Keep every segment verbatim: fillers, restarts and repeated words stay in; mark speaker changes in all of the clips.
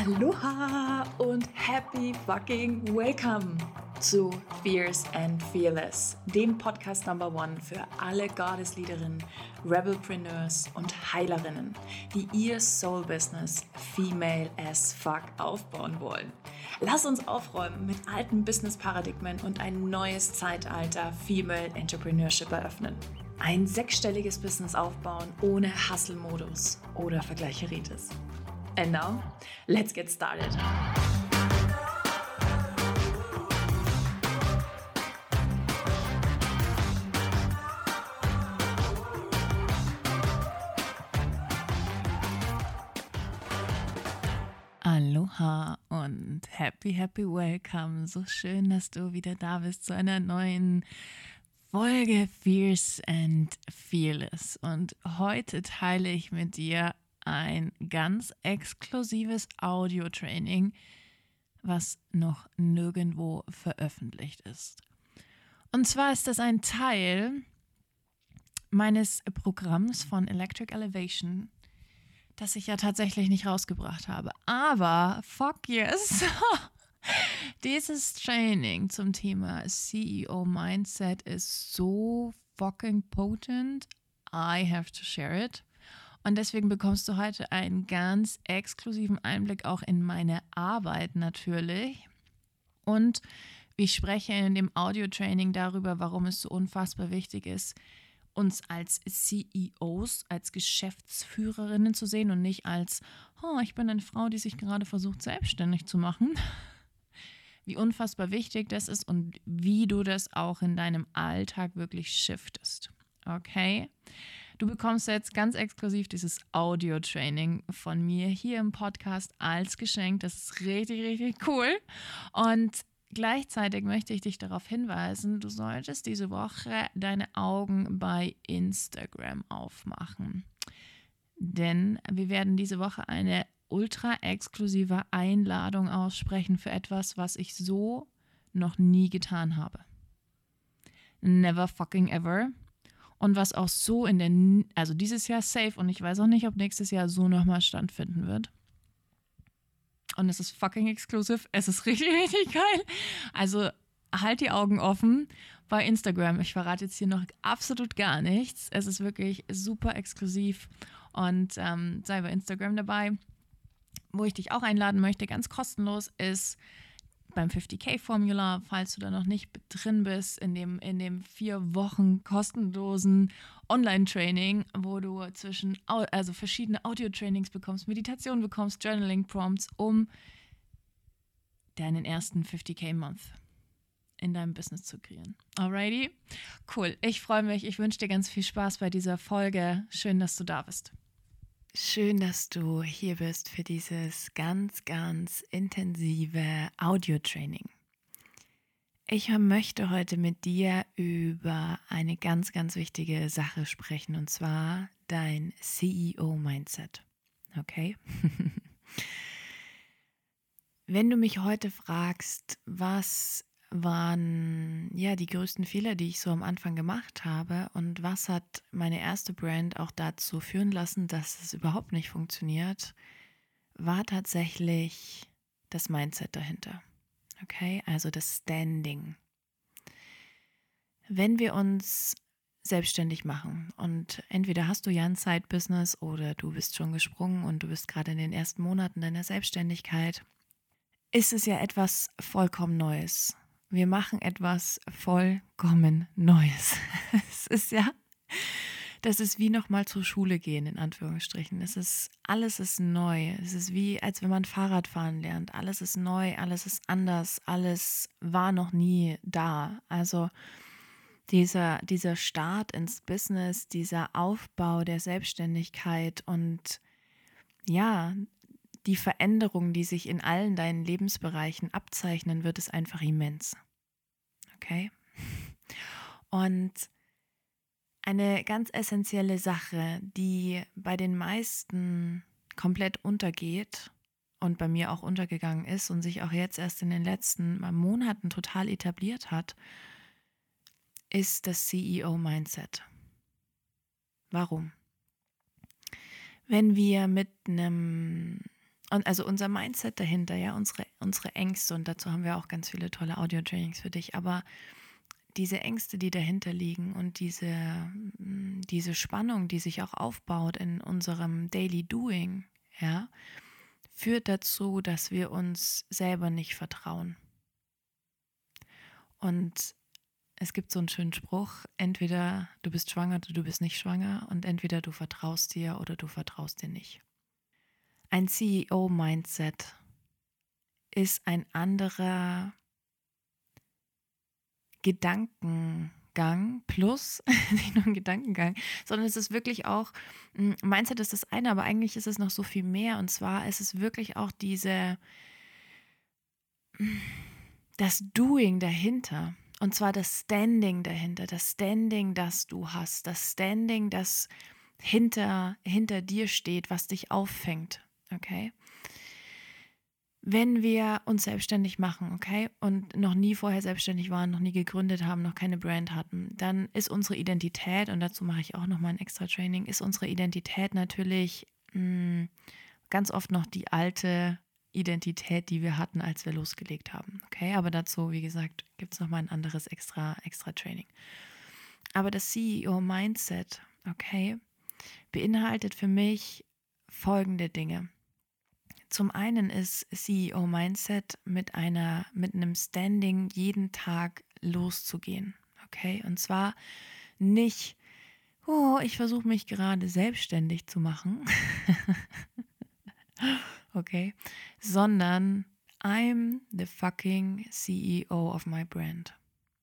Speaker 1: Aloha und happy fucking welcome zu Fierce and Fearless, dem Podcast Number One für alle Goddess-Leaderinnen, Rebelpreneurs und Heilerinnen, die ihr Soul-Business female as fuck aufbauen wollen. Lass uns aufräumen mit alten Business-Paradigmen und ein neues Zeitalter Female Entrepreneurship eröffnen. Ein sechsstelliges Business aufbauen ohne Hustle-Modus oder Vergleicheritis. And now, let's get started. Aloha und happy, happy welcome. So schön, dass du wieder da bist zu einer neuen Folge Fierce and Fearless. Und heute teile ich mit dir ein ganz exklusives Audio-Training, was noch nirgendwo veröffentlicht ist. Und zwar ist das ein Teil meines Programms von Electric Elevation, das ich ja tatsächlich nicht rausgebracht habe. Aber fuck yes! Dieses Training zum Thema C E O Mindset ist so fucking potent. I have to share it. Und deswegen bekommst du heute einen ganz exklusiven Einblick auch in meine Arbeit natürlich. Und ich spreche in dem Audio-Training darüber, warum es so unfassbar wichtig ist, uns als C E Os, als Geschäftsführerinnen zu sehen und nicht als, oh, ich bin eine Frau, die sich gerade versucht, selbstständig zu machen. Wie unfassbar wichtig das ist und wie du das auch in deinem Alltag wirklich shiftest. Okay? Du bekommst jetzt ganz exklusiv dieses Audio-Training von mir hier im Podcast als Geschenk. Das ist richtig, richtig cool. Und gleichzeitig möchte ich dich darauf hinweisen, du solltest diese Woche deine Augen bei Instagram aufmachen. Denn wir werden diese Woche eine ultra exklusive Einladung aussprechen für etwas, was ich so noch nie getan habe. Never fucking ever. Und was auch so in der, also dieses Jahr safe und ich weiß auch nicht, ob nächstes Jahr so nochmal stattfinden wird. Und es ist fucking exclusive. Es ist richtig, richtig geil. Also halt die Augen offen bei Instagram. Ich verrate jetzt hier noch absolut gar nichts. Es ist wirklich super exklusiv und ähm, sei bei Instagram dabei. Wo ich dich auch einladen möchte, ganz kostenlos, ist beim fifty K Formula, falls du da noch nicht drin bist, in dem, in dem vier Wochen kostenlosen Online-Training, wo du zwischen, also verschiedene Audio-Trainings bekommst, Meditation bekommst, Journaling-Prompts, um deinen ersten fifty K Month in deinem Business zu kreieren. Alrighty? Cool. Ich freue mich. Ich wünsche dir ganz viel Spaß bei dieser Folge. Schön, dass du da bist. Schön, dass du hier bist für dieses ganz, ganz intensive Audio-Training. Ich möchte heute mit dir über eine ganz, ganz wichtige Sache sprechen, und zwar dein C E O-Mindset. Okay? Wenn du mich heute fragst, was waren ja die größten Fehler, die ich so am Anfang gemacht habe und was hat meine erste Brand auch dazu führen lassen, dass es überhaupt nicht funktioniert, war tatsächlich das Mindset dahinter. Okay, also das Standing. Wenn wir uns selbstständig machen und entweder hast du ja ein Side-Business oder du bist schon gesprungen und du bist gerade in den ersten Monaten deiner Selbstständigkeit, ist es ja etwas vollkommen Neues. Wir machen etwas vollkommen Neues. Es ist ja, das ist wie nochmal zur Schule gehen, in Anführungsstrichen. Es ist, alles ist neu. Es ist wie, als wenn man Fahrradfahren lernt. Alles ist neu, alles ist anders, alles war noch nie da. Also dieser, dieser Start ins Business, dieser Aufbau der Selbstständigkeit und ja, die Veränderungen, die sich in allen deinen Lebensbereichen abzeichnen, wird es einfach immens. Okay? Und eine ganz essentielle Sache, die bei den meisten komplett untergeht und bei mir auch untergegangen ist und sich auch jetzt erst in den letzten Monaten total etabliert hat, ist das C E O-Mindset. Warum? Wenn wir mit einem Und also unser Mindset dahinter, ja, unsere, unsere Ängste, und dazu haben wir auch ganz viele tolle Audio-Trainings für dich, aber diese Ängste, die dahinter liegen und diese, mm, diese Spannung, die sich auch aufbaut in unserem Daily Doing, ja, führt dazu, dass wir uns selber nicht vertrauen. Und es gibt so einen schönen Spruch, entweder du bist schwanger oder du bist nicht schwanger, und entweder du vertraust dir oder du vertraust dir nicht. Ein C E O-Mindset ist ein anderer Gedankengang plus, nicht nur ein Gedankengang, sondern es ist wirklich auch, m, Mindset ist das eine, aber eigentlich ist es noch so viel mehr. Und zwar ist es wirklich auch diese, das Doing dahinter. Und zwar das Standing dahinter, das Standing, das du hast, das Standing, das hinter, hinter dir steht, was dich auffängt, okay? Wenn wir uns selbstständig machen, okay, und noch nie vorher selbstständig waren, noch nie gegründet haben, noch keine Brand hatten, dann ist unsere Identität, und dazu mache ich auch nochmal ein extra Training, ist unsere Identität natürlich mh, ganz oft noch die alte Identität, die wir hatten, als wir losgelegt haben, okay, aber dazu, wie gesagt, gibt es nochmal ein anderes extra, extra Training. Aber das C E O-Mindset, okay, beinhaltet für mich folgende Dinge. Zum einen ist C E O-Mindset mit einer, mit einem Standing jeden Tag loszugehen, okay? Und zwar nicht, oh, ich versuche mich gerade selbstständig zu machen, okay? Sondern I'm the fucking C E O of my brand.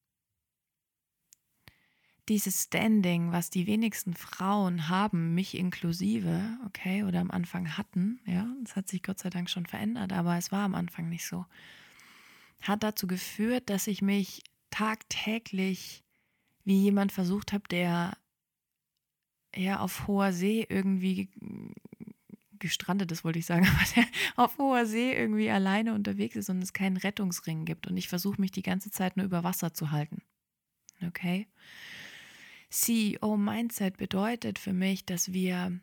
Speaker 1: Dieses Standing, was die wenigsten Frauen haben, mich inklusive, okay, oder am Anfang hatten, ja, das hat sich Gott sei Dank schon verändert, aber es war am Anfang nicht so, hat dazu geführt, dass ich mich tagtäglich wie jemand versucht habe, der ja auf hoher See irgendwie gestrandet ist, wollte ich sagen, aber der auf hoher See irgendwie alleine unterwegs ist und es keinen Rettungsring gibt und ich versuche mich die ganze Zeit nur über Wasser zu halten, okay? C E O-Mindset bedeutet für mich, dass wir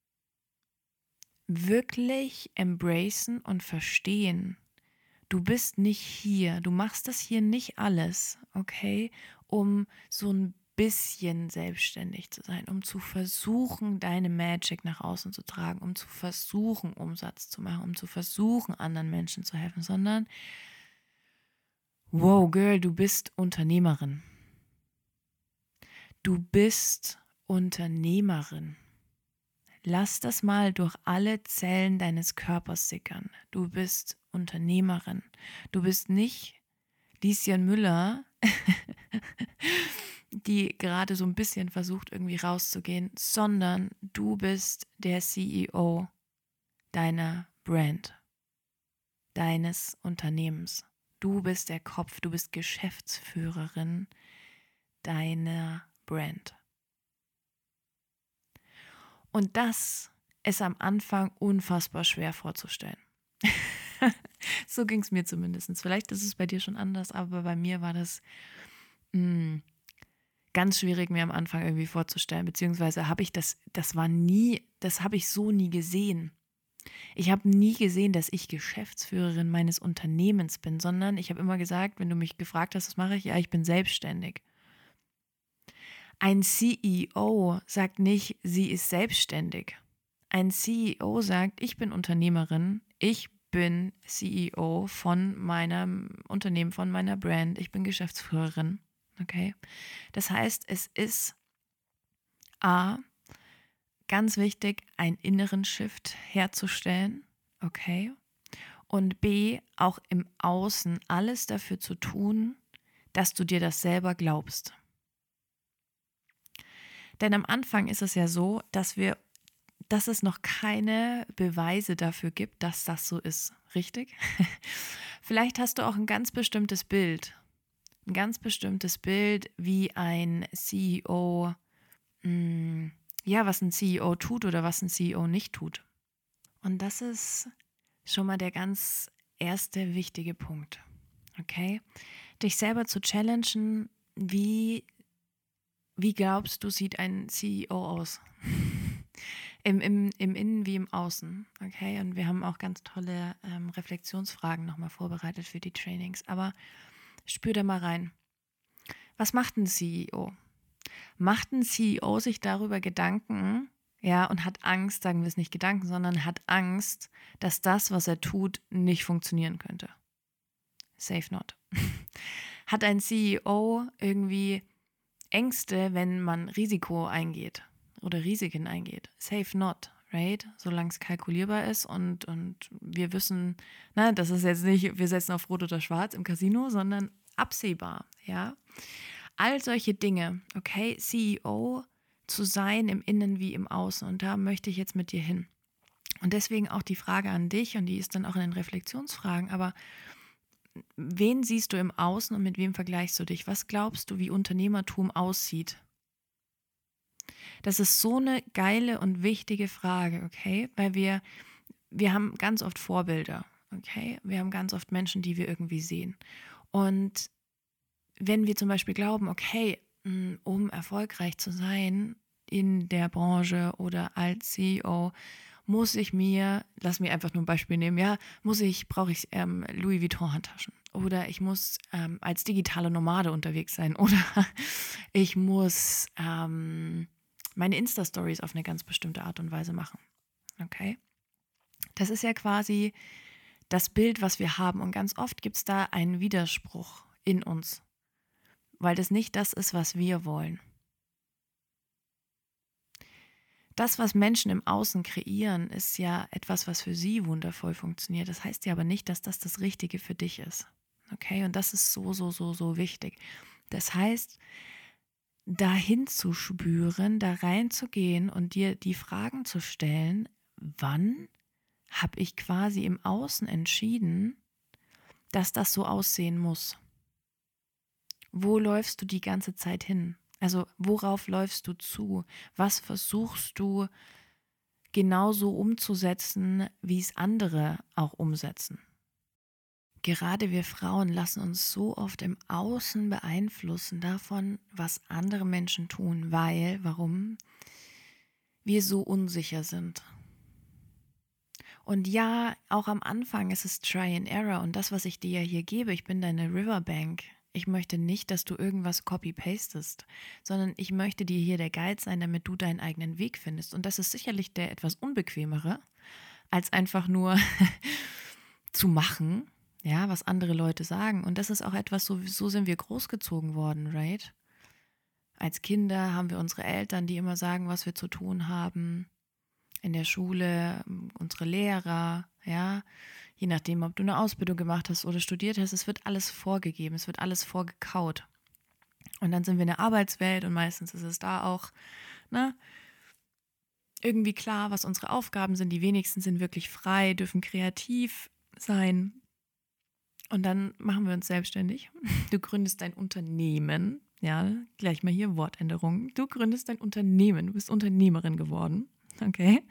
Speaker 1: wirklich embracen und verstehen, du bist nicht hier, du machst das hier nicht alles, okay, um so ein bisschen selbstständig zu sein, um zu versuchen, deine Magic nach außen zu tragen, um zu versuchen, Umsatz zu machen, um zu versuchen, anderen Menschen zu helfen, sondern, wow, Girl, du bist Unternehmerin. Du bist Unternehmerin. Lass das mal durch alle Zellen deines Körpers sickern. Du bist Unternehmerin. Du bist nicht Lieschen Müller, die gerade so ein bisschen versucht, irgendwie rauszugehen, sondern du bist der C E O deiner Brand, deines Unternehmens. Du bist der Kopf, du bist Geschäftsführerin deiner Brand. Und das ist am Anfang unfassbar schwer vorzustellen. So ging es mir zumindest. Vielleicht ist es bei dir schon anders, aber bei mir war das mh, ganz schwierig, mir am Anfang irgendwie vorzustellen. Beziehungsweise habe ich das, das war nie, das habe ich so nie gesehen. Ich habe nie gesehen, dass ich Geschäftsführerin meines Unternehmens bin, sondern ich habe immer gesagt, wenn du mich gefragt hast, was mache ich? Ja, ich bin selbstständig. Ein C E O sagt nicht, sie ist selbstständig. Ein C E O sagt, ich bin Unternehmerin, ich bin C E O von meinem Unternehmen, von meiner Brand, ich bin Geschäftsführerin. Okay? Das heißt, es ist A, ganz wichtig, einen inneren Shift herzustellen, okay? Und B, auch im Außen alles dafür zu tun, dass du dir das selber glaubst. Denn am Anfang ist es ja so, dass wir, dass es noch keine Beweise dafür gibt, dass das so ist. Richtig? Vielleicht hast du auch ein ganz bestimmtes Bild. Ein ganz bestimmtes Bild, wie ein C E O, mh, ja, was ein C E O tut oder was ein C E O nicht tut. Und das ist schon mal der ganz erste wichtige Punkt. Okay? Dich selber zu challengen, wie Wie glaubst du, sieht ein C E O aus? Im, im, im Innen wie im Außen, okay? Und wir haben auch ganz tolle ähm, Reflexionsfragen nochmal vorbereitet für die Trainings. Aber spür da mal rein. Was macht ein C E O? Macht ein C E O sich darüber Gedanken, ja, und hat Angst, sagen wir es nicht Gedanken, sondern hat Angst, dass das, was er tut, nicht funktionieren könnte? Safe not. Hat ein C E O irgendwie Ängste, wenn man Risiko eingeht oder Risiken eingeht? Safe not, right? Solange es kalkulierbar ist und, und wir wissen, na, das ist jetzt nicht, wir setzen auf Rot oder Schwarz im Casino, sondern absehbar, ja? All solche Dinge, okay, C E O zu sein im Innen wie im Außen, und da möchte ich jetzt mit dir hin. Und deswegen auch die Frage an dich, und die ist dann auch in den Reflexionsfragen, aber wen siehst du im Außen und mit wem vergleichst du dich? Was glaubst du, wie Unternehmertum aussieht? Das ist so eine geile und wichtige Frage, okay? Weil wir, wir haben ganz oft Vorbilder, okay? Wir haben ganz oft Menschen, die wir irgendwie sehen. Und wenn wir zum Beispiel glauben, okay, um erfolgreich zu sein in der Branche oder als C E O, muss ich mir, lass mich einfach nur ein Beispiel nehmen, ja, muss ich, brauche ich ähm, Louis Vuitton Handtaschen oder ich muss ähm, als digitale Nomade unterwegs sein oder ich muss ähm, meine Insta-Stories auf eine ganz bestimmte Art und Weise machen, okay? Das ist ja quasi das Bild, was wir haben, und ganz oft gibt es da einen Widerspruch in uns, weil das nicht das ist, was wir wollen. Das, was Menschen im Außen kreieren, ist ja etwas, was für sie wundervoll funktioniert. Das heißt ja aber nicht, dass das das Richtige für dich ist. Okay, und das ist so, so, so, so wichtig. Das heißt, dahin zu spüren, da reinzugehen und dir die Fragen zu stellen, wann habe ich quasi im Außen entschieden, dass das so aussehen muss? Wo läufst du die ganze Zeit hin? Also worauf läufst du zu? Was versuchst du genauso umzusetzen, wie es andere auch umsetzen? Gerade wir Frauen lassen uns so oft im Außen beeinflussen davon, was andere Menschen tun, weil, warum? Wir so unsicher sind. Und ja, auch am Anfang ist es Try and Error, und das, was ich dir ja hier gebe, ich bin deine Riverbank. Ich möchte nicht, dass du irgendwas copy-pastest, sondern ich möchte dir hier der Guide sein, damit du deinen eigenen Weg findest. Und das ist sicherlich der etwas unbequemere, als einfach nur zu machen, ja, was andere Leute sagen. Und das ist auch etwas, so, so sind wir großgezogen worden, right? Als Kinder haben wir unsere Eltern, die immer sagen, was wir zu tun haben. In der Schule unsere Lehrer, ja, je nachdem, ob du eine Ausbildung gemacht hast oder studiert hast, es wird alles vorgegeben, es wird alles vorgekaut. Und dann sind wir in der Arbeitswelt und meistens ist es da auch, ne, irgendwie klar, was unsere Aufgaben sind. Die wenigsten sind wirklich frei, dürfen kreativ sein. Und dann machen wir uns selbstständig. Du gründest dein Unternehmen, ja, gleich mal hier Wortänderung. Du gründest dein Unternehmen, du bist Unternehmerin geworden. Okay.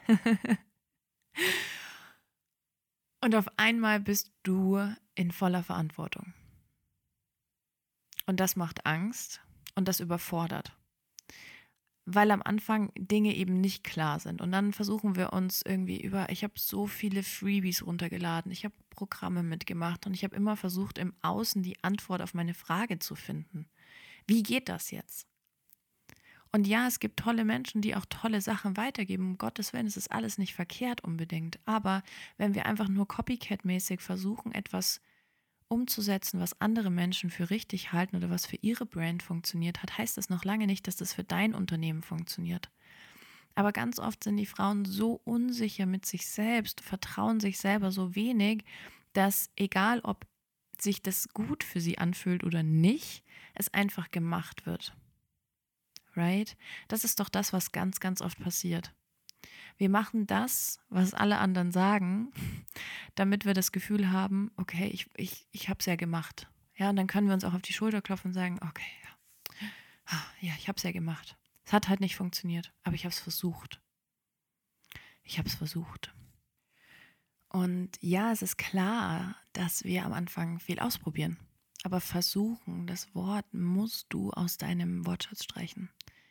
Speaker 1: Und auf einmal bist du in voller Verantwortung. Und das macht Angst und das überfordert. Weil am Anfang Dinge eben nicht klar sind. Und dann versuchen wir uns irgendwie über, ich habe so viele Freebies runtergeladen, ich habe Programme mitgemacht und ich habe immer versucht, im Außen die Antwort auf meine Frage zu finden. Wie geht das jetzt? Und ja, es gibt tolle Menschen, die auch tolle Sachen weitergeben. Um Gottes Willen, es ist alles nicht verkehrt unbedingt. Aber wenn wir einfach nur Copycat-mäßig versuchen, etwas umzusetzen, was andere Menschen für richtig halten oder was für ihre Brand funktioniert hat, heißt das noch lange nicht, dass das für dein Unternehmen funktioniert. Aber ganz oft sind die Frauen so unsicher mit sich selbst, vertrauen sich selber so wenig, dass egal, ob sich das gut für sie anfühlt oder nicht, es einfach gemacht wird. Right? Das ist doch das, was ganz, ganz oft passiert. Wir machen das, was alle anderen sagen, damit wir das Gefühl haben, okay, ich, ich, ich habe es ja gemacht. Ja, und dann können wir uns auch auf die Schulter klopfen und sagen, okay, ja, ja, ich habe es ja gemacht. Es hat halt nicht funktioniert, aber ich habe es versucht. Ich habe es versucht. Und ja, es ist klar, dass wir am Anfang viel ausprobieren. Aber versuchen, das Wort musst du aus deinem Wortschatz streichen.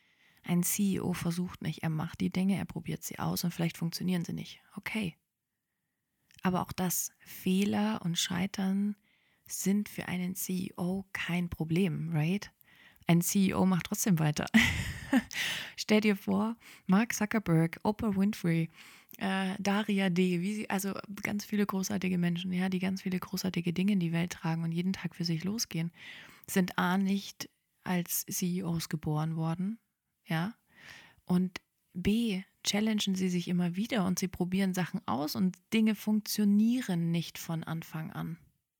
Speaker 1: Ein C E O versucht nicht, er macht die Dinge, er probiert sie aus und vielleicht funktionieren sie nicht. Okay. Aber auch das, Fehler und Scheitern sind für einen C E O kein Problem, right? Ein C E O macht trotzdem weiter. Stell dir vor, Mark Zuckerberg, Oprah Winfrey, äh, Daria D., wie sie, also ganz viele großartige Menschen, ja, die ganz viele großartige Dinge in die Welt tragen und jeden Tag für sich losgehen, sind A, nicht als C E Os geboren worden, ja, und B, challengen sie sich immer wieder und sie probieren Sachen aus und Dinge funktionieren nicht von Anfang an.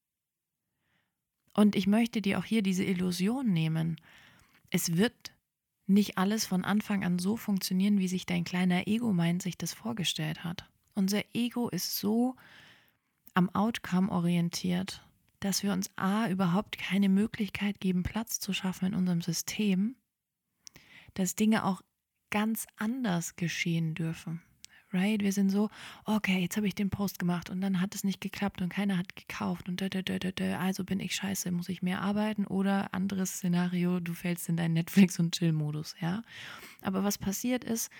Speaker 1: Und ich möchte dir auch hier diese Illusion nehmen. Es wird nicht alles von Anfang an so funktionieren, wie sich dein kleiner Ego-Mind sich das vorgestellt hat. Unser Ego ist so am Outcome orientiert, dass wir uns A, überhaupt keine Möglichkeit geben, Platz zu schaffen in unserem System, dass Dinge auch ganz anders geschehen dürfen. Right? Wir sind so, okay, jetzt habe ich den Post gemacht und dann hat es nicht geklappt und keiner hat gekauft und da, da, da, da, also bin ich scheiße, muss ich mehr arbeiten oder anderes Szenario, du fällst in deinen Netflix- und Chill-Modus, ja. Aber was passiert ist,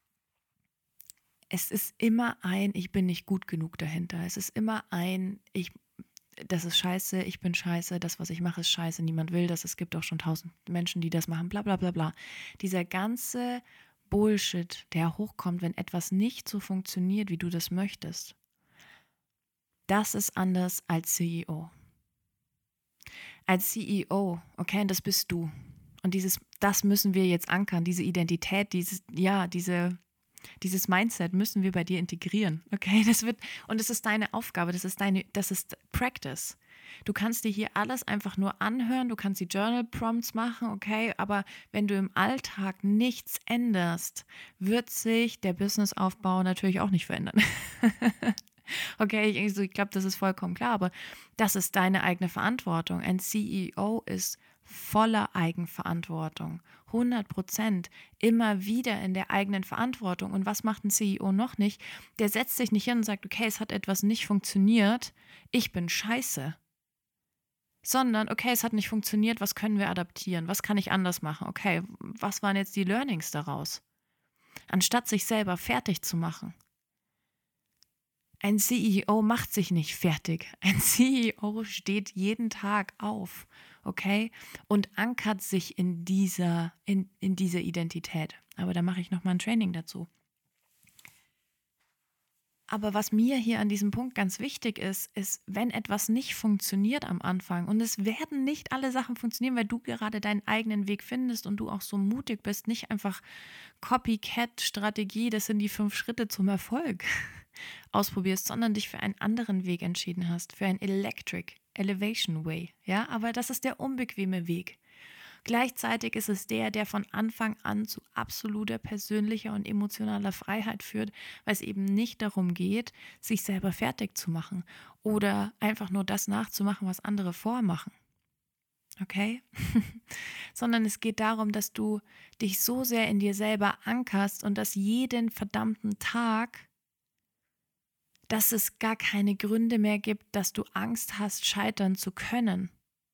Speaker 1: es ist immer ein, ich bin nicht gut genug dahinter. Es ist immer ein, ich, das ist scheiße, ich bin scheiße, das, was ich mache, ist scheiße, niemand will das, es gibt auch schon tausend Menschen, die das machen, bla bla bla bla. Dieser ganze Bullshit, der hochkommt, wenn etwas nicht so funktioniert, wie du das möchtest. Das ist anders als C E O. Als C E O, okay, das bist du. Und dieses, das müssen wir jetzt ankern, diese Identität, dieses, ja, diese, dieses Mindset müssen wir bei dir integrieren, okay? Das wird, und es ist deine Aufgabe, das ist deine, das ist Practice. Du kannst dir hier alles einfach nur anhören, du kannst die Journal Prompts machen, okay, aber wenn du im Alltag nichts änderst, wird sich der Businessaufbau natürlich auch nicht verändern. Okay, ich, ich glaube, das ist vollkommen klar, aber das ist deine eigene Verantwortung. Ein C E O ist voller Eigenverantwortung, hundert Prozent, immer wieder in der eigenen Verantwortung. Und was macht ein C E O noch nicht? Der setzt sich nicht hin und sagt, okay, es hat etwas nicht funktioniert, ich bin scheiße. Sondern, okay, es hat nicht funktioniert, was können wir adaptieren? Was kann ich anders machen? Okay, was waren jetzt die Learnings daraus? Anstatt sich selber fertig zu machen. Ein C E O macht sich nicht fertig. Ein C E O steht jeden Tag auf, okay? Und ankert sich in dieser, in, in dieser Identität. Aber da mache ich nochmal ein Training dazu. Aber was mir hier an diesem Punkt ganz wichtig ist, ist, wenn etwas nicht funktioniert am Anfang und es werden nicht alle Sachen funktionieren, weil du gerade deinen eigenen Weg findest und du auch so mutig bist, nicht einfach Copycat-Strategie, das sind die fünf Schritte zum Erfolg, ausprobierst, sondern dich für einen anderen Weg entschieden hast, für einen Electric Elevation Way. Ja, aber das ist der unbequeme Weg. Gleichzeitig ist es der, der von Anfang an zu absoluter persönlicher und emotionaler Freiheit führt, weil es eben nicht darum geht, sich selber fertig zu machen oder einfach nur das nachzumachen, was andere vormachen. Okay? Sondern es geht darum, dass du dich so sehr in dir selber ankerst und dass jeden verdammten Tag, dass es gar keine Gründe mehr gibt, dass du Angst hast, scheitern zu können.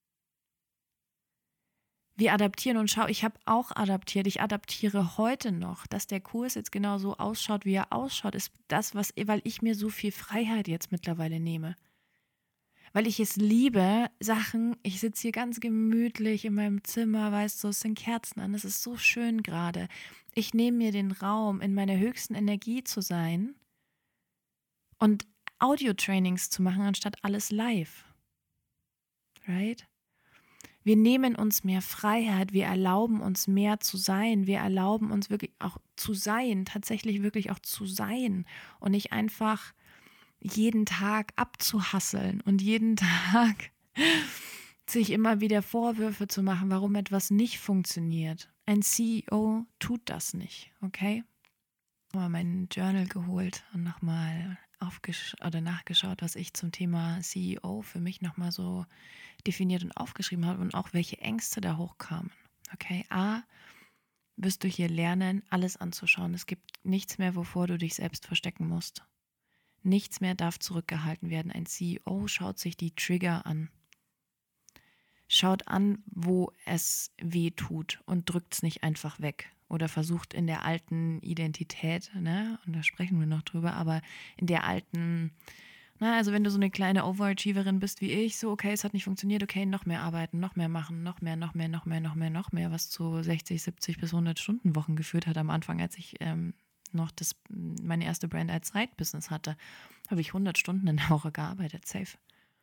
Speaker 1: Wir adaptieren und schau, ich habe auch adaptiert, ich adaptiere heute noch, dass der Kurs jetzt genau so ausschaut, wie er ausschaut, ist das, was, weil ich mir so viel Freiheit jetzt mittlerweile nehme. Weil ich es liebe, Sachen, ich sitze hier ganz gemütlich in meinem Zimmer, weißt du, es sind Kerzen an, es ist so schön gerade. Ich nehme mir den Raum, in meiner höchsten Energie zu sein und Audio-Trainings zu machen, anstatt alles live. Right? Wir nehmen uns mehr Freiheit, wir erlauben uns mehr zu sein, wir erlauben uns wirklich auch zu sein, tatsächlich wirklich auch zu sein und nicht einfach jeden Tag abzuhasseln und jeden Tag sich immer wieder Vorwürfe zu machen, warum etwas nicht funktioniert. Ein C E O tut das nicht, okay? Ich habe mal mein Journal geholt und nochmal aufgesch- oder nachgeschaut, was ich zum Thema C E O für mich nochmal so definiert und aufgeschrieben habe und auch welche Ängste da hochkamen. Okay, A, wirst du hier lernen, alles anzuschauen. Es gibt nichts mehr, wovor du dich selbst verstecken musst. Nichts mehr darf zurückgehalten werden. Ein C E O schaut sich die Trigger an. Schaut an, wo es weh tut und drückt es nicht einfach weg. oder versucht in der alten Identität, ne, und da sprechen wir noch drüber, aber in der alten, na, also wenn du so eine kleine Overachieverin bist wie ich, so, okay, es hat nicht funktioniert, okay, noch mehr arbeiten, noch mehr machen, noch mehr, noch mehr, noch mehr, noch mehr, noch mehr, was zu sechzig, siebzig bis hundert Stunden Wochen geführt hat am Anfang, als ich ähm, noch das, meine erste Brand als Side-Business hatte, habe ich hundert Stunden in der Woche gearbeitet, safe.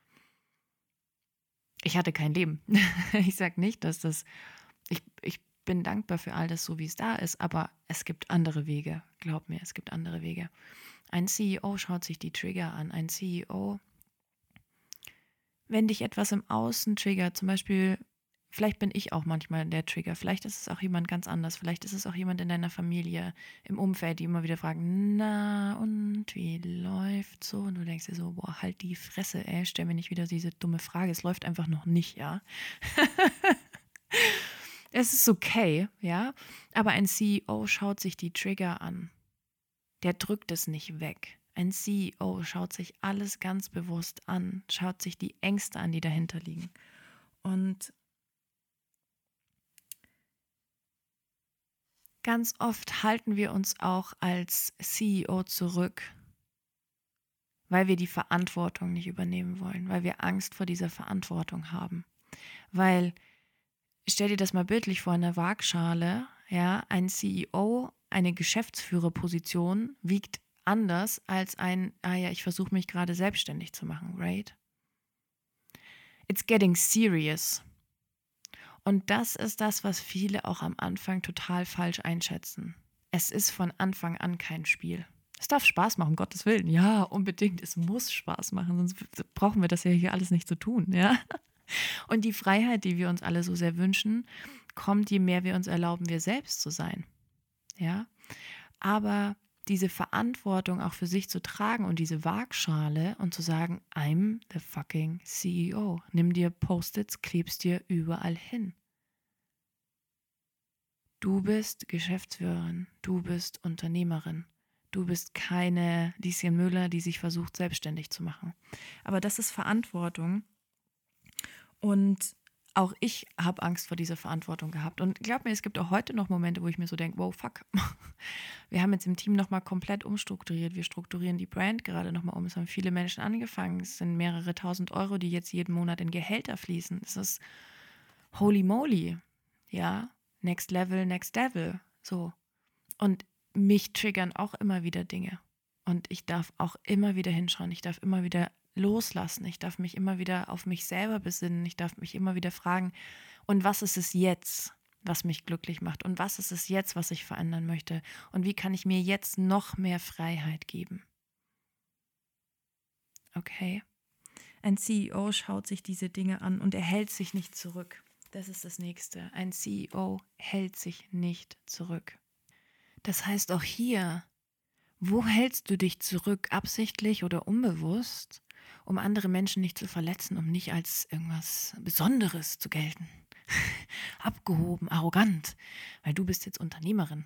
Speaker 1: Ich hatte kein Leben. Ich sage nicht, dass das, ich, ich bin dankbar für all das, so wie es da ist, aber es gibt andere Wege, glaub mir, es gibt andere Wege. Ein C E O schaut sich die Trigger an. Ein C E O, wenn dich etwas im Außen triggert, zum Beispiel, vielleicht bin ich auch manchmal der Trigger, vielleicht ist es auch jemand ganz anders, vielleicht ist es auch jemand in deiner Familie, im Umfeld, die immer wieder fragen, na und wie läuft's so? Und du denkst dir so, boah, halt die Fresse, ey, stell mir nicht wieder diese dumme Frage, es läuft einfach noch nicht, ja. Es ist okay, ja, aber ein C E O schaut sich die Trigger an. Der drückt es nicht weg. Ein C E O schaut sich alles ganz bewusst an, schaut sich die Ängste an, die dahinter liegen. Und ganz oft halten wir uns auch als C E O zurück, weil wir die Verantwortung nicht übernehmen wollen, weil wir Angst vor dieser Verantwortung haben. Weil, stell dir das mal bildlich vor, in der Waagschale, ja, ein C E O, eine Geschäftsführerposition wiegt anders als ein, ah ja, ich versuche mich gerade selbstständig zu machen, right? It's getting serious. Und das ist das, was viele auch am Anfang total falsch einschätzen. Es ist von Anfang an kein Spiel. Es darf Spaß machen, um Gottes Willen. Ja, unbedingt. Es muss Spaß machen, sonst brauchen wir das ja hier alles nicht zu tun, ja? Und die Freiheit, die wir uns alle so sehr wünschen, kommt, je mehr wir uns erlauben, wir selbst zu sein. Ja? Aber diese Verantwortung auch für sich zu tragen und diese Waagschale und zu sagen, I'm the fucking C E O. Nimm dir Post-its, klebst dir überall hin. Du bist Geschäftsführerin, du bist Unternehmerin. Du bist keine Lieschen Müller, die sich versucht, selbstständig zu machen. Aber das ist Verantwortung. Und auch ich habe Angst vor dieser Verantwortung gehabt. Und glaub mir, es gibt auch heute noch Momente, wo ich mir so denke, wow, fuck. Wir haben jetzt im Team nochmal komplett umstrukturiert. Wir strukturieren die Brand gerade nochmal um. Es haben viele Menschen angefangen. Es sind mehrere tausend Euro, die jetzt jeden Monat in Gehälter fließen. Es ist holy moly. Ja, next level, next devil. So. Und mich triggern auch immer wieder Dinge. Und ich darf auch immer wieder hinschauen. Ich darf immer wieder loslassen. Ich darf mich immer wieder auf mich selber besinnen. Ich darf mich immer wieder fragen, und was ist es jetzt, was mich glücklich macht? Und was ist es jetzt, was ich verändern möchte? Und wie kann ich mir jetzt noch mehr Freiheit geben? Okay. Ein C E O schaut sich diese Dinge an und er hält sich nicht zurück. Das ist das Nächste. Ein C E O hält sich nicht zurück. Das heißt auch hier, wo hältst du dich zurück, absichtlich oder unbewusst, um andere Menschen nicht zu verletzen, um nicht als irgendwas Besonderes zu gelten? Abgehoben, arrogant, weil du bist jetzt Unternehmerin.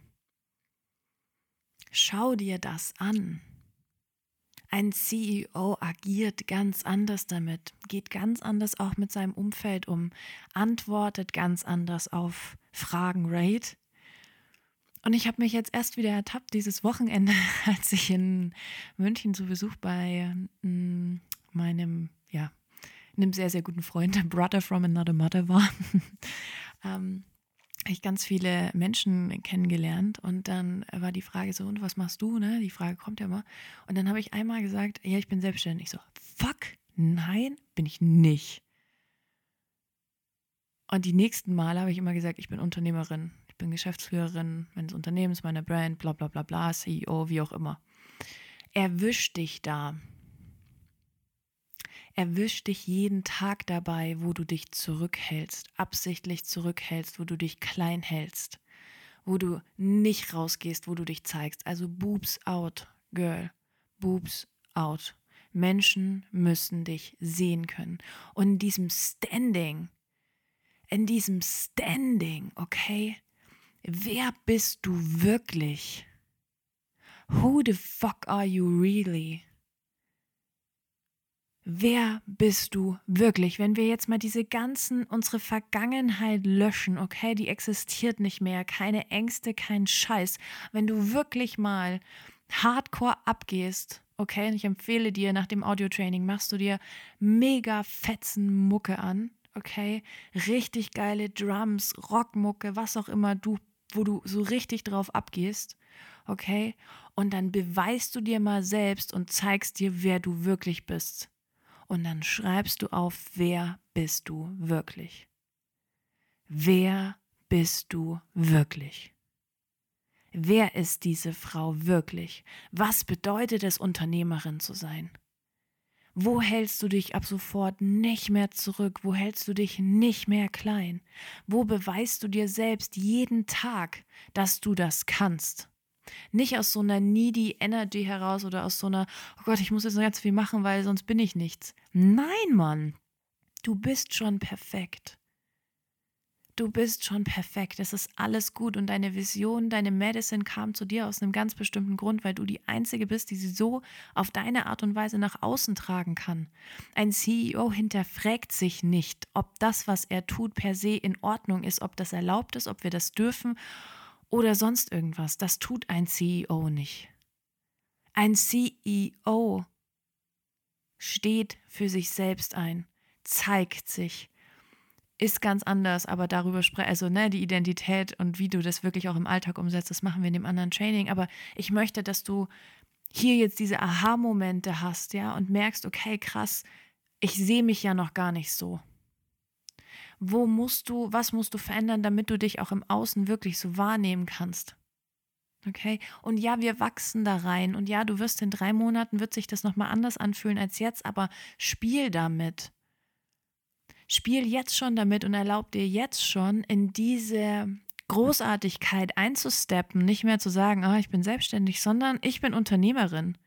Speaker 1: Schau dir das an. Ein C E O agiert ganz anders damit, geht ganz anders auch mit seinem Umfeld um, antwortet ganz anders auf Fragen, right? Und ich habe mich jetzt erst wieder ertappt, dieses Wochenende, als ich in München zu Besuch bei mm, meinem, ja, einem sehr, sehr guten Freund, Brother from another mother war. ähm, habe ich ganz viele Menschen kennengelernt und dann war die Frage so, und was machst du, ne? Die Frage kommt ja immer. Und dann habe ich einmal gesagt, ja, ich bin selbstständig. Ich so, fuck, nein, bin ich nicht. Und die nächsten Male habe ich immer gesagt, ich bin Unternehmerin. Ich bin Geschäftsführerin meines Unternehmens, meiner Brand, bla bla bla bla, C E O, wie auch immer. Erwisch dich da. Erwisch dich jeden Tag dabei, wo du dich zurückhältst, absichtlich zurückhältst, wo du dich klein hältst, wo du nicht rausgehst, wo du dich zeigst. Also boobs out, girl, boobs out. Menschen müssen dich sehen können. Und in diesem Standing, in diesem Standing, okay, wer bist du wirklich? Who the fuck are you really? Wer bist du wirklich? Wenn wir jetzt mal diese ganzen, unsere Vergangenheit löschen, okay, die existiert nicht mehr, keine Ängste, kein Scheiß. Wenn du wirklich mal hardcore abgehst, okay, und ich empfehle dir, nach dem Audiotraining machst du dir mega fetzen Mucke an, okay, richtig geile Drums, Rockmucke, was auch immer du, wo du so richtig drauf abgehst, okay, und dann beweist du dir mal selbst und zeigst dir, wer du wirklich bist. Und dann schreibst du auf, wer bist du wirklich? Wer bist du wirklich? Wer ist diese Frau wirklich? Was bedeutet es, Unternehmerin zu sein? Wo hältst du dich ab sofort nicht mehr zurück? Wo hältst du dich nicht mehr klein? Wo beweist du dir selbst jeden Tag, dass du das kannst? Nicht aus so einer needy Energy heraus oder aus so einer, oh Gott, ich muss jetzt noch ganz viel machen, weil sonst bin ich nichts. Nein, Mann, du bist schon perfekt. Du bist schon perfekt. Es ist alles gut und deine Vision, deine Medicine kam zu dir aus einem ganz bestimmten Grund, weil du die Einzige bist, die sie so auf deine Art und Weise nach außen tragen kann. Ein C E O hinterfragt sich nicht, ob das, was er tut, per se in Ordnung ist, ob das erlaubt ist, ob wir das dürfen oder sonst irgendwas. Das tut ein C E O nicht. Ein C E O steht für sich selbst ein, zeigt sich, ist ganz anders, aber darüber sprechen, also ne, die Identität und wie du das wirklich auch im Alltag umsetzt, das machen wir in dem anderen Training. Aber ich möchte, dass du hier jetzt diese Aha-Momente hast, ja, und merkst, okay, krass, ich sehe mich ja noch gar nicht so. Wo musst du, was musst du verändern, damit du dich auch im Außen wirklich so wahrnehmen kannst? Okay? Und ja, wir wachsen da rein. Und ja, du wirst in drei Monaten, wird sich das nochmal anders anfühlen als jetzt, aber spiel damit. Spiel jetzt schon damit und erlaub dir jetzt schon in diese Großartigkeit einzusteppen, nicht mehr zu sagen, ah, ich bin selbstständig, sondern ich bin Unternehmerin.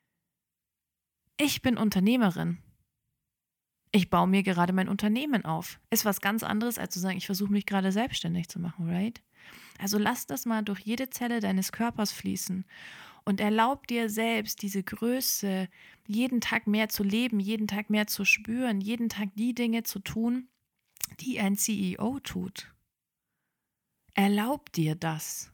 Speaker 1: Ich bin Unternehmerin. Ich baue mir gerade mein Unternehmen auf. Ist was ganz anderes, als zu sagen, ich versuche mich gerade selbstständig zu machen, right? Also lass das mal durch jede Zelle deines Körpers fließen und erlaub dir selbst diese Größe, jeden Tag mehr zu leben, jeden Tag mehr zu spüren, jeden Tag die Dinge zu tun, die ein C E O tut. Erlaub dir das.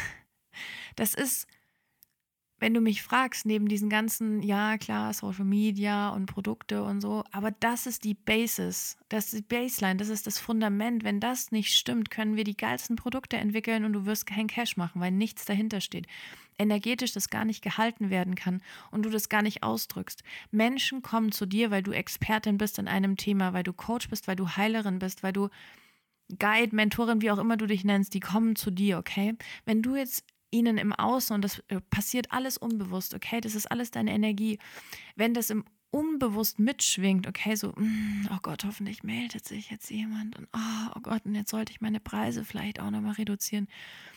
Speaker 1: Das ist, wenn du mich fragst, neben diesen ganzen, ja klar, Social Media und Produkte und so, aber das ist die Basis, das ist die Baseline, das ist das Fundament. Wenn das nicht stimmt, können wir die geilsten Produkte entwickeln und du wirst kein Cash machen, weil nichts dahinter steht. Energetisch das gar nicht gehalten werden kann und du das gar nicht ausdrückst. Menschen kommen zu dir, weil du Expertin bist in einem Thema, weil du Coach bist, weil du Heilerin bist, weil du Guide, Mentorin, wie auch immer du dich nennst, die kommen zu dir, okay? Wenn du jetzt ihnen im Außen, und das passiert alles unbewusst, okay, das ist alles deine Energie, wenn das im unbewusst mitschwingt, okay, so, oh Gott, hoffentlich meldet sich jetzt jemand und oh, oh Gott, und jetzt sollte ich meine Preise vielleicht auch nochmal reduzieren.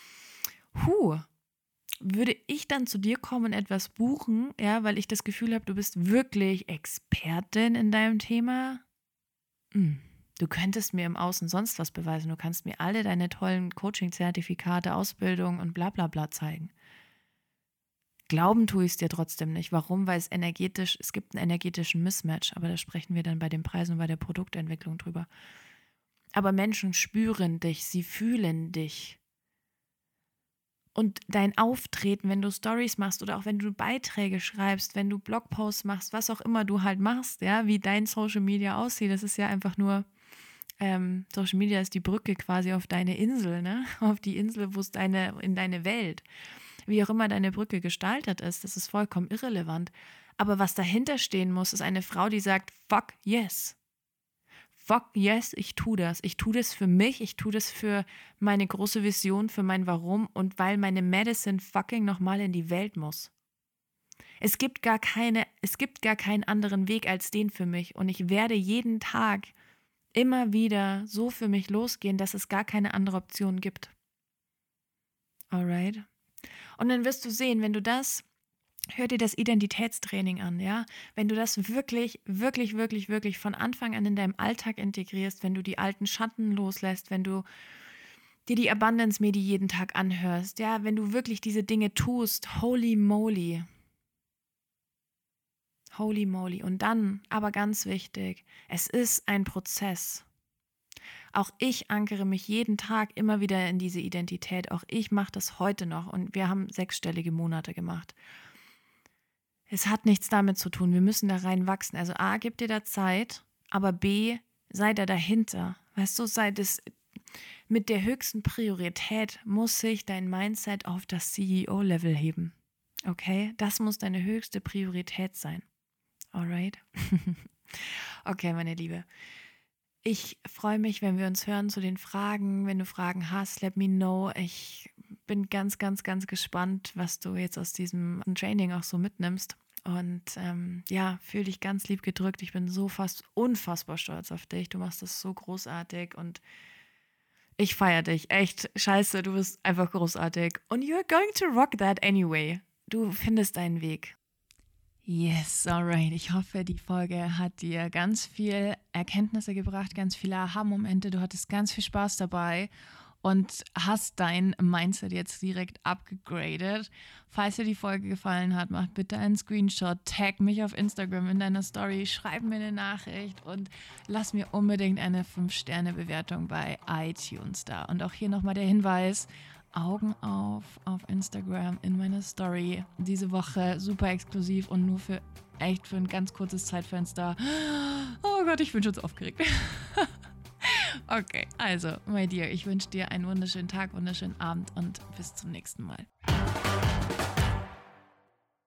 Speaker 1: Huh, würde ich dann zu dir kommen und etwas buchen, ja, weil ich das Gefühl habe, du bist wirklich Expertin in deinem Thema? Hm. Du könntest mir im Außen sonst was beweisen. Du kannst mir alle deine tollen Coaching-Zertifikate, Ausbildung und bla bla bla zeigen. Glauben tue ich es dir trotzdem nicht. Warum? Weil es energetisch, es gibt einen energetischen Mismatch, aber da sprechen wir dann bei den Preisen und bei der Produktentwicklung drüber. Aber Menschen spüren dich, sie fühlen dich. Und dein Auftreten, wenn du Stories machst oder auch wenn du Beiträge schreibst, wenn du Blogposts machst, was auch immer du halt machst, ja, wie dein Social Media aussieht, das ist ja einfach nur Ähm, Social Media ist die Brücke quasi auf deine Insel, ne? Auf die Insel, wo es deine, in deine Welt. Wie auch immer deine Brücke gestaltet ist, das ist vollkommen irrelevant. Aber was dahinter stehen muss, ist eine Frau, die sagt, fuck yes. Fuck yes, ich tue das. Ich tue das für mich, ich tue das für meine große Vision, für mein Warum und weil meine Medicine fucking nochmal in die Welt muss. Es gibt gar keine, es gibt gar keinen anderen Weg als den für mich und ich werde jeden Tag immer wieder so für mich losgehen, dass es gar keine andere Option gibt. Alright? Und dann wirst du sehen, wenn du das, hör dir das Identitätstraining an, ja? Wenn du das wirklich, wirklich, wirklich, wirklich von Anfang an in deinem Alltag integrierst, wenn du die alten Schatten loslässt, wenn du dir die Abundance Medi jeden Tag anhörst, ja? Wenn du wirklich diese Dinge tust, holy moly. Holy moly. Und dann, aber ganz wichtig, es ist ein Prozess. Auch ich ankere mich jeden Tag immer wieder in diese Identität. Auch ich mache das heute noch und wir haben sechsstellige Monate gemacht. Es hat nichts damit zu tun. Wir müssen da rein wachsen. Also A, gib dir da Zeit, aber B, sei da dahinter. Weißt du, sei das mit der höchsten Priorität muss sich dein Mindset auf das C E O-Level heben. Okay? Das muss deine höchste Priorität sein. Alright? Okay, meine Liebe. Ich freue mich, wenn wir uns hören zu den Fragen. Wenn du Fragen hast, let me know. Ich bin ganz, ganz, ganz gespannt, was du jetzt aus diesem Training auch so mitnimmst. Und ähm, ja, fühle dich ganz lieb gedrückt. Ich bin so fast unfassbar stolz auf dich. Du machst das so großartig und ich feiere dich. Echt, scheiße, du bist einfach großartig. Und you're going to rock that anyway. Du findest deinen Weg. Yes, alright. Ich hoffe, die Folge hat dir ganz viel Erkenntnisse gebracht, ganz viele Aha-Momente. Du hattest ganz viel Spaß dabei und hast dein Mindset jetzt direkt abgegradet. Falls dir die Folge gefallen hat, mach bitte einen Screenshot, tag mich auf Instagram in deiner Story, schreib mir eine Nachricht und lass mir unbedingt eine fünf Sterne Bewertung bei iTunes da. Und auch hier nochmal der Hinweis, Augen auf auf Instagram in meiner Story. Diese Woche super exklusiv und nur für echt für ein ganz kurzes Zeitfenster. Oh Gott, ich bin schon so aufgeregt. Okay, also, my dear, ich wünsche dir einen wunderschönen Tag, wunderschönen Abend und bis zum nächsten Mal.